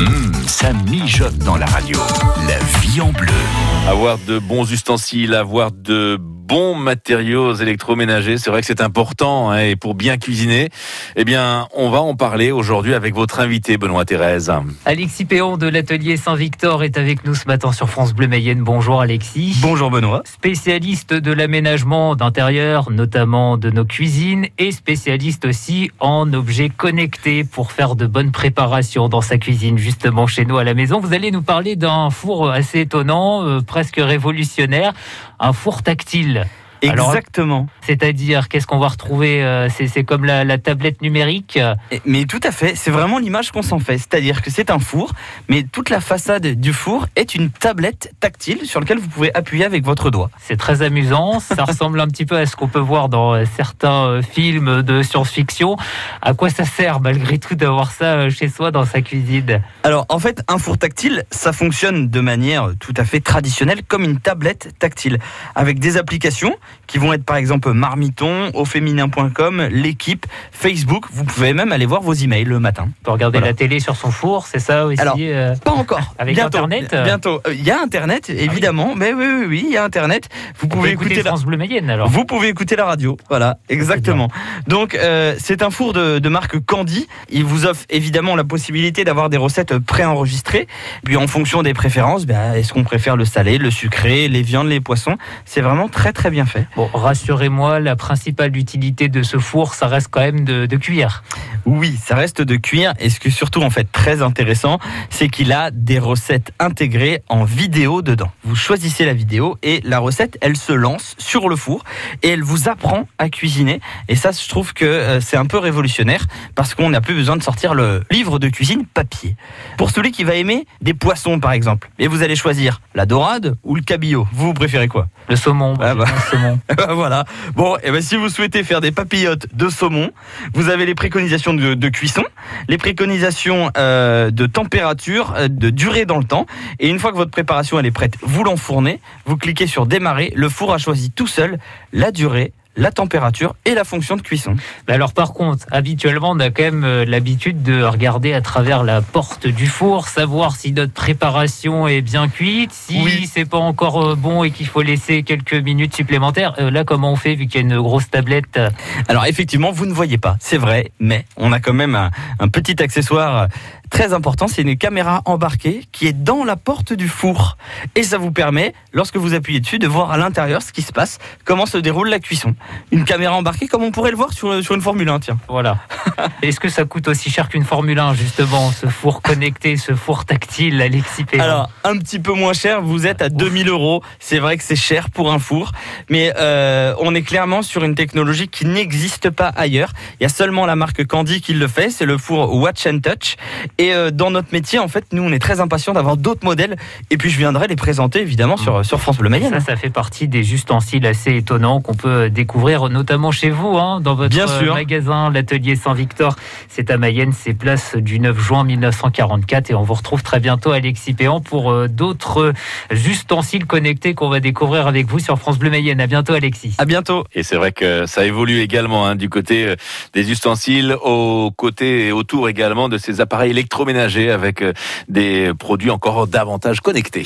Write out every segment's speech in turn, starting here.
Ça mijote dans la radio. La vie en bleu. Avoir de bons ustensiles, avoir de bons matériaux électroménagers, c'est vrai que c'est important, et pour bien cuisiner, eh bien, on va en parler aujourd'hui avec votre invité, Benoît Thérèse. Alexis Péon de l'atelier Saint-Victor est avec nous ce matin sur France Bleu Mayenne. Bonjour Alexis. Bonjour Benoît. Spécialiste de l'aménagement d'intérieur, notamment de nos cuisines, et spécialiste aussi en objets connectés pour faire de bonnes préparations dans sa cuisine, justement chez nous à la maison. Vous allez nous parler d'un four assez étonnant, presque révolutionnaire, un four tactile. Exactement. Alors, c'est-à-dire, qu'est-ce qu'on va retrouver ? C'est comme la tablette numérique ? Mais tout à fait, c'est vraiment l'image qu'on s'en fait. C'est-à-dire que c'est un four, mais toute la façade du four est une tablette tactile sur laquelle vous pouvez appuyer avec votre doigt. C'est très amusant, ça ressemble un petit peu à ce qu'on peut voir dans certains films de science-fiction. À quoi ça sert malgré tout d'avoir ça chez soi dans sa cuisine ? Alors en fait, un four tactile, ça fonctionne de manière tout à fait traditionnelle comme une tablette tactile, avec des applications qui vont être par exemple Marmiton, auféminin.com, l'équipe, Facebook. Vous pouvez même aller voir vos emails le matin. On peut regarder la télé sur son four, c'est ça aussi ? Alors, pas encore. Avec bientôt, Internet ? Bientôt. Il y a Internet, évidemment. Mais oui, il y a Internet. Vous pouvez écouter France Bleu Mayenne alors. Vous pouvez écouter la radio. Voilà, exactement. Donc, c'est un four de marque Candy. Il vous offre évidemment la possibilité d'avoir des recettes préenregistrées. Puis en fonction des préférences, est-ce qu'on préfère le salé, le sucré, les viandes, les poissons ? C'est vraiment très très bien fait. Bon, rassurez-moi, la principale utilité de ce four, ça reste quand même de cuire. Oui, ça reste de cuire. Et ce qui est surtout en fait très intéressant, c'est qu'il a des recettes intégrées en vidéo dedans. Vous choisissez la vidéo et la recette, elle se lance sur le four et elle vous apprend à cuisiner. Et ça, je trouve que c'est un peu révolutionnaire parce qu'on n'a plus besoin de sortir le livre de cuisine papier. Pour celui qui va aimer des poissons, par exemple, et vous allez choisir la dorade ou le cabillaud. Vous préférez quoi ? Le saumon. Le saumon. Voilà. Bon, si vous souhaitez faire des papillotes de saumon, vous avez les préconisations de cuisson, les préconisations de température, de durée dans le temps. Et une fois que votre préparation elle est prête, vous l'enfournez, vous cliquez sur démarrer. Le four a choisi tout seul la durée, la température et la fonction de cuisson. Mais alors par contre, habituellement, on a quand même l'habitude de regarder à travers la porte du four, savoir si notre préparation est bien cuite, si c'est pas encore bon et qu'il faut laisser quelques minutes supplémentaires. Là, comment on fait vu qu'il y a une grosse tablette ? Alors effectivement, vous ne voyez pas, c'est vrai, mais on a quand même un petit accessoire très important, c'est une caméra embarquée qui est dans la porte du four. Et ça vous permet, lorsque vous appuyez dessus, de voir à l'intérieur ce qui se passe, comment se déroule la cuisson. Une caméra embarquée comme on pourrait le voir sur une Formule 1, tiens. Voilà. Est-ce que ça coûte aussi cher qu'une Formule 1, justement, ce four connecté, ce four tactile, Alexis Péon ? Alors, un petit peu moins cher, vous êtes à 2000 €. C'est vrai que c'est cher pour un four, mais on est clairement sur une technologie qui n'existe pas ailleurs. Il y a seulement la marque Candy qui le fait, c'est le four Watch and Touch. Et dans notre métier, en fait, nous, on est très impatients d'avoir d'autres modèles. Et puis, je viendrai les présenter, évidemment, sur France Bleu Mayenne. Ça fait partie des ustensiles assez étonnants qu'on peut découvrir, notamment chez vous, dans votre magasin, l'atelier Saint-Victor. C'est à Mayenne, c'est place du 9 juin 1944. Et on vous retrouve très bientôt, Alexis Péon, pour d'autres ustensiles connectés qu'on va découvrir avec vous sur France Bleu Mayenne. À bientôt, Alexis. À bientôt. Et c'est vrai que ça évolue également, du côté des ustensiles, au côté et autour également de ces appareils électroménagers avec des produits encore davantage connectés.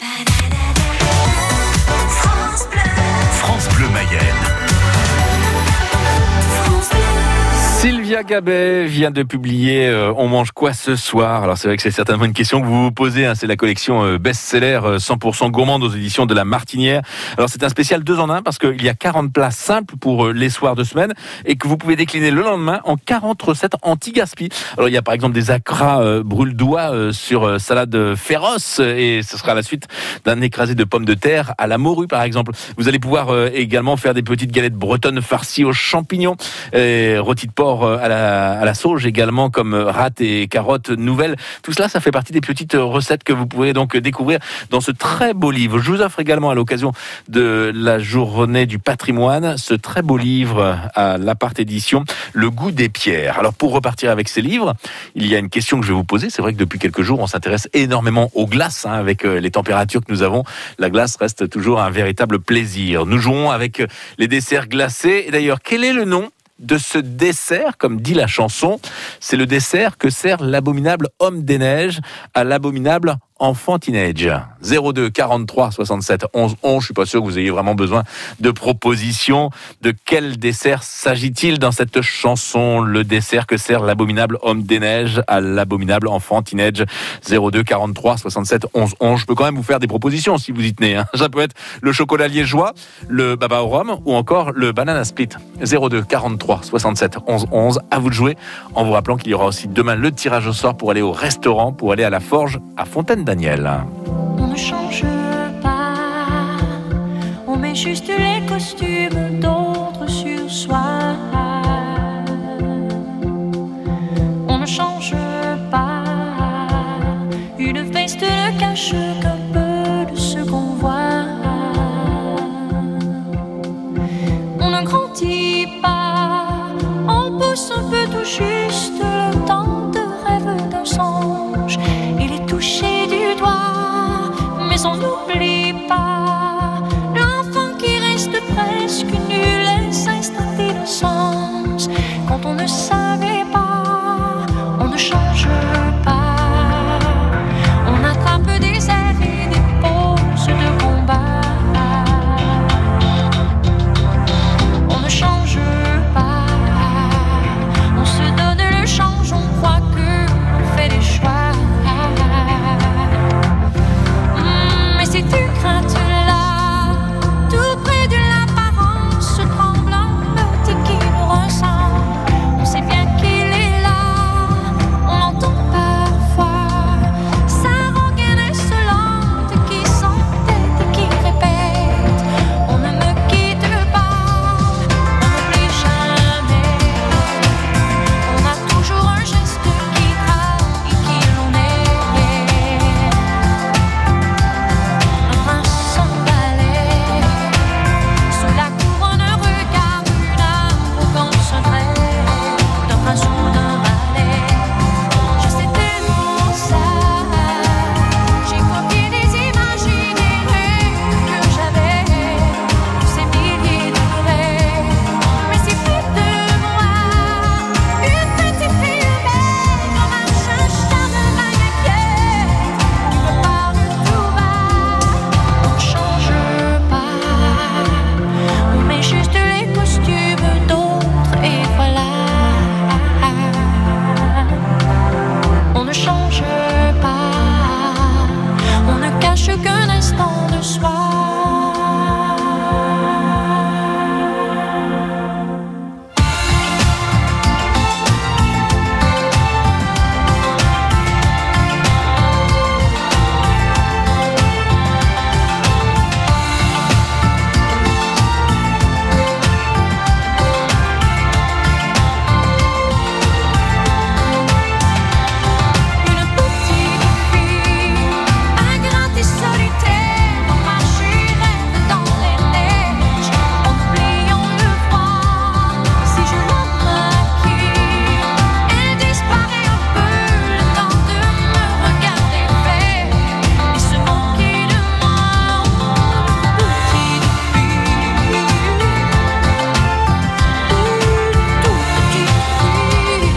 France Bleu Mayenne. Sylvia Gabet vient de publier On mange quoi ce soir ? Alors c'est vrai que c'est certainement une question que vous vous posez, c'est la collection best-seller 100% gourmande aux éditions de La Martinière. Alors c'est un spécial 2 en 1 parce qu'il y a 40 plats simples pour les soirs de semaine et que vous pouvez décliner le lendemain en 40 recettes anti-gaspi. Alors il y a par exemple des acras brûle-doigts sur salade féroce et ce sera la suite d'un écrasé de pommes de terre à la morue par exemple. Vous allez pouvoir également faire des petites galettes bretonnes farcies aux champignons, rôti de porc à la sauge également, comme rate et carottes nouvelles. Tout cela, ça fait partie des petites recettes que vous pouvez donc découvrir dans ce très beau livre. Je vous offre également à l'occasion de la journée du patrimoine ce très beau livre à l'Appart Édition, Le goût des pierres. Alors pour repartir avec ces livres, il y a une question que je vais vous poser. C'est vrai que depuis quelques jours, on s'intéresse énormément aux glaces, avec les températures que nous avons. La glace reste toujours un véritable plaisir. Nous jouons avec les desserts glacés. Et d'ailleurs, quel est le nom de ce dessert, comme dit la chanson. C'est le dessert que sert l'abominable homme des neiges à l'abominable enfant teenage. 02 43 67 11 11. Je suis pas sûr que vous ayez vraiment besoin de propositions. De quel dessert s'agit-il dans cette chanson? Le dessert que sert l'abominable homme des neiges à l'abominable enfant teenage. 02 43 67 11 11. Je peux quand même vous faire des propositions si vous y tenez. Ça peut être le chocolat liégeois, le baba au rhum ou encore le banana split. 02 43 67 11 11. À vous de jouer en vous rappelant qu'il y aura aussi demain le tirage au sort pour aller au restaurant, pour aller à la Forge à Fontaine-Daniel. On ne change pas, on met juste les costumes d'autres sur soi. On ne change pas, une veste ne cache qu'un peu de ce qu'on voit. On ne grandit pas, on pousse un peu tout juste le temps de rêve d'un songe. Il est touché du doigt, mais on n'oublie pas l'enfant qui reste presque nul et s'installe d'innocence. Quand on ne savait pas, on ne change pas. On attrape des airs et des poses de combat. On ne change pas. On se donne le change, on croit que l'on fait des choix. Mais ces craintes-là, tout près de l'apparence tremblante qui nous ressemble. On sait bien qu'il est là, on l'entend parfois. Sa rengaine insolente qui s'entête et qui répète: on ne me quitte pas, on n'oublie jamais. On a toujours un geste qui trahit qui l'on est. Un prince sans balai, sous la couronne, un regard, une arrogance, un trait d'un prince ou d'un balai. Je sais tellement ça, j'ai copié des images et des rêves que j'avais, tous ces milliers de rêves. Mais c'est plus de moi, une petite fille humaine, on marche un charme inquiète, qui me parle tout bas. On ne change pas, on met juste les costumes d'autres et voilà. On ne change pas, on ne cache qu'un instant de soi. Une petite fille, ingrate et solitaire, on marche et rêve dans les neiges, en oubliant le froid. Si je la maquille, elle disparaît un peu, le temps de me regarder faire et se moquer de moi. Une petite fille, toute petite fille.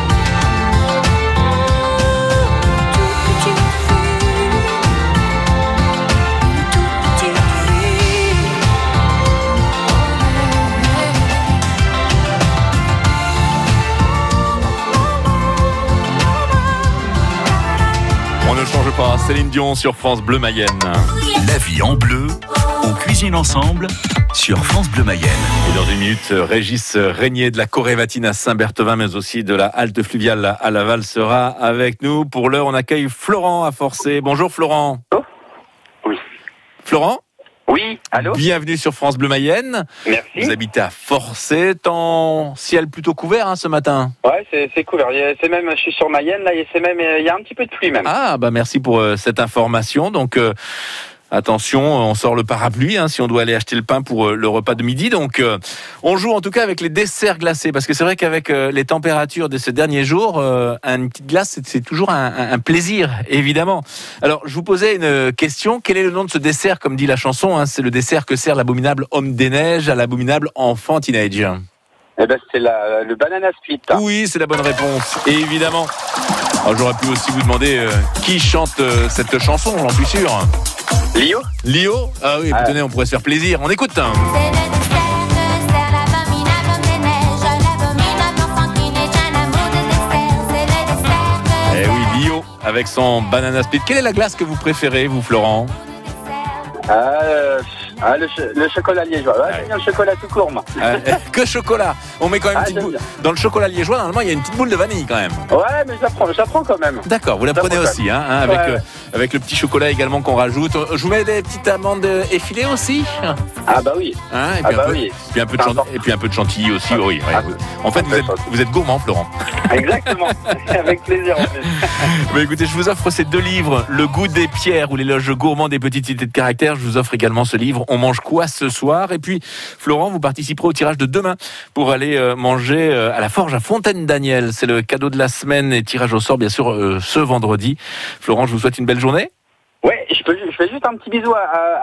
On ne change pas. Céline Dion sur France Bleu Mayenne. La vie en bleu, on cuisine ensemble sur France Bleu Mayenne. Et dans une minute, Régis Régnier de la Corévatine à Saint-Berthevin, mais aussi de la halte fluviale à Laval sera avec nous. Pour l'heure, on accueille Florent à Forcé. Bonjour Florent. Oui. Florent, Oui, allô? bienvenue sur France Bleu Mayenne. Merci. Vous habitez à Forcé, temps ciel plutôt couvert ce matin. Ouais, c'est couvert. C'est même, je suis sur Mayenne, là, et c'est même, il y a un petit peu de pluie même. Ah, bah merci pour cette information. Donc, attention, on sort le parapluie si on doit aller acheter le pain pour le repas de midi. Donc, on joue en tout cas avec les desserts glacés, parce que c'est vrai qu'avec les températures de ces derniers jours, une petite glace, c'est toujours un plaisir, évidemment. Alors, je vous posais une question. Quel est le nom de ce dessert, comme dit la chanson C'est le dessert que sert l'abominable homme des neiges à l'abominable enfant teenage. Eh ben, c'est le banana split. Oui, c'est la bonne réponse. Et évidemment, j'aurais pu aussi vous demander qui chante cette chanson, j'en suis sûr. Lio? Lio? Ah oui, tenez, on pourrait se faire plaisir. On écoute. C'est le dessert, l'abominable des neiges, l'abominable enfant qui n'est qu'un amour de dessert. C'est le dessert. Eh oui, Lio, avec son banana split. Quelle est la glace que vous préférez, vous, Florent? Le chocolat liégeois. J'aime bien le chocolat tout court, moi. Que chocolat. On met quand même une petite j'aime boule. bien. Dans le chocolat liégeois, normalement, il y a une petite boule de vanille quand même. Ouais, mais j'apprends quand même. D'accord, vous la prenez J'apprends aussi, avec, Ouais. avec le petit chocolat également qu'on rajoute. Je vous mets des petites amandes effilées aussi. Ah bah oui. Et puis, Oui. puis un peu de et puis un peu de chantilly aussi, oui. Ouais. En fait, vous êtes gourmand, Florent. Exactement. Avec plaisir en plus. Mais écoutez, je vous offre ces 2 livres, Le goût des pierres ou l'éloge gourmand des petites cités de caractère. Je vous offre également ce livre, On mange quoi ce soir? Et puis, Florent, vous participerez au tirage de demain pour aller manger à la Forge à Fontaine-Daniel. C'est le cadeau de la semaine et tirage au sort, bien sûr, ce vendredi. Florent, je vous souhaite une belle journée. Ouais, je fais juste un petit bisou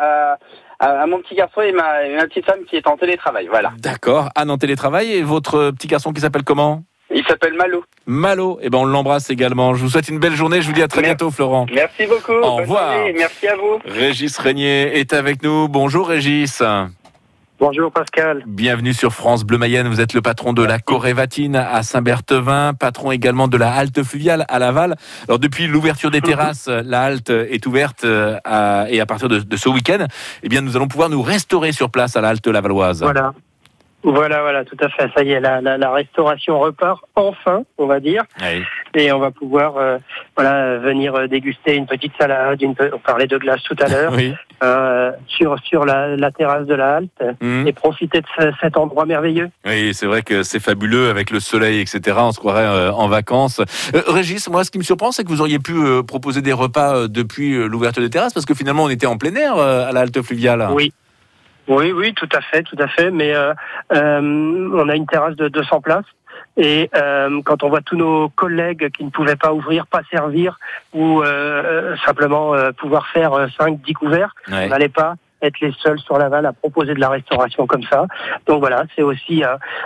à mon petit garçon et ma petite femme qui est en télétravail. Voilà. D'accord. Anne en télétravail et votre petit garçon qui s'appelle comment? Il s'appelle Malo. Malo. Eh ben, on l'embrasse également. Je vous souhaite une belle journée. Je vous dis à très bientôt, Florent. Merci beaucoup. Au Bonne revoir. journée. Merci à vous. Régis Régnier est avec nous. Bonjour, Régis. Bonjour Pascal. Bienvenue sur France Bleu Mayenne. Vous êtes le patron de la Corévatine à Saint-Berthevin, patron également de la halte fluviale à Laval. Alors depuis l'ouverture des terrasses, la halte est ouverte et à partir de ce week-end, eh bien nous allons pouvoir nous restaurer sur place à la halte lavalloise. Voilà, tout à fait. Ça y est, la restauration repart enfin, on va dire. Oui. Et on va pouvoir venir déguster une petite salade, on parlait de glace tout à l'heure, Oui. sur la terrasse de la halte et profiter de cet endroit merveilleux. Oui, c'est vrai que c'est fabuleux avec le soleil, etc. On se croirait en vacances. Régis, moi, ce qui me surprend, c'est que vous auriez pu proposer des repas depuis l'ouverture des terrasses, parce que finalement, on était en plein air à la halte fluviale. Oui, tout à fait. Mais on a une terrasse de 200 places. Et quand on voit tous nos collègues qui ne pouvaient pas ouvrir, pas servir, ou simplement pouvoir faire 5-10 couverts, on n'allait pas être les seuls sur Laval à proposer de la restauration comme ça. Donc voilà, c'est aussi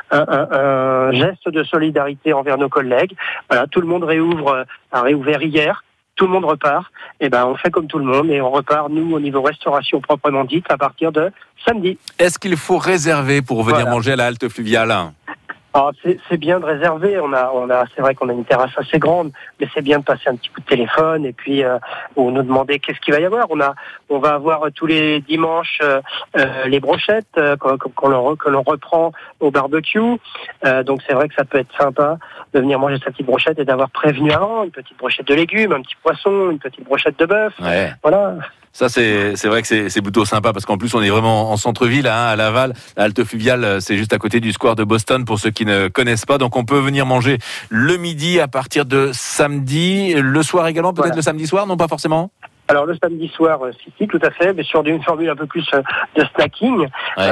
un geste de solidarité envers nos collègues. Voilà, tout le monde a réouvert hier. Tout le monde repart, et on fait comme tout le monde et on repart, nous, au niveau restauration proprement dite, à partir de samedi. Est-ce qu'il faut réserver pour venir manger à la halte fluviale? Alors, c'est bien de réserver. C'est vrai qu'on a une terrasse assez grande, mais c'est bien de passer un petit coup de téléphone et puis ou nous demander qu'est-ce qu'il va y avoir. On va avoir tous les dimanches les brochettes que l'on reprend au barbecue. Donc c'est vrai que ça peut être sympa de venir manger sa petite brochette et d'avoir prévenu avant une petite brochette de légumes, un petit poisson, une petite brochette de bœuf. Ouais. Voilà. Ça, c'est vrai que c'est plutôt sympa parce qu'en plus, on est vraiment en centre-ville, à Laval. La halte fluviale, c'est juste à côté du square de Boston pour ceux qui ne connaissent pas. Donc, on peut venir manger le midi à partir de samedi. Le soir également, peut-être le samedi soir, non pas forcément? Alors le samedi soir, si, tout à fait, mais sur une formule un peu plus de snacking.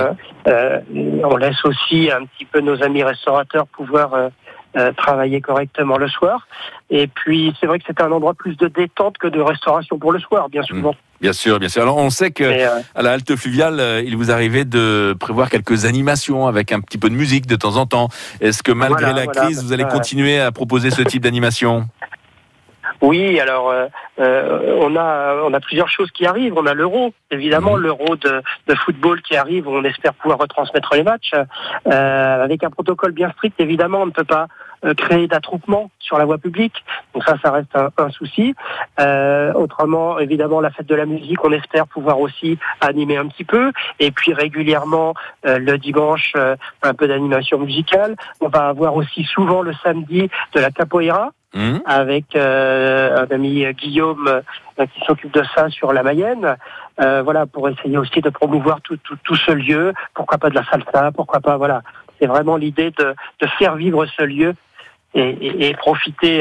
On laisse aussi un petit peu nos amis restaurateurs pouvoir travailler correctement le soir. Et puis c'est vrai que c'est un endroit plus de détente que de restauration pour le soir, bien souvent. Bien sûr. Alors on sait que à la halte fluviale, il vous arrivait de prévoir quelques animations avec un petit peu de musique de temps en temps. Est-ce que malgré la crise, vous allez continuer à proposer ce type d'animation? Oui, alors on a plusieurs choses qui arrivent. On a l'Euro, évidemment, l'Euro de football qui arrive, où on espère pouvoir retransmettre les matchs avec un protocole bien strict. Évidemment, on ne peut pas créer d'attroupement sur la voie publique, donc ça reste un souci. Autrement, évidemment, la fête de la musique, on espère pouvoir aussi animer un petit peu, et puis régulièrement le dimanche un peu d'animation musicale. On va avoir aussi souvent le samedi de la capoeira. Avec un ami Guillaume qui s'occupe de ça sur la Mayenne, pour essayer aussi de promouvoir tout ce lieu. Pourquoi pas de la salsa, pourquoi pas, c'est vraiment l'idée de faire vivre ce lieu et profiter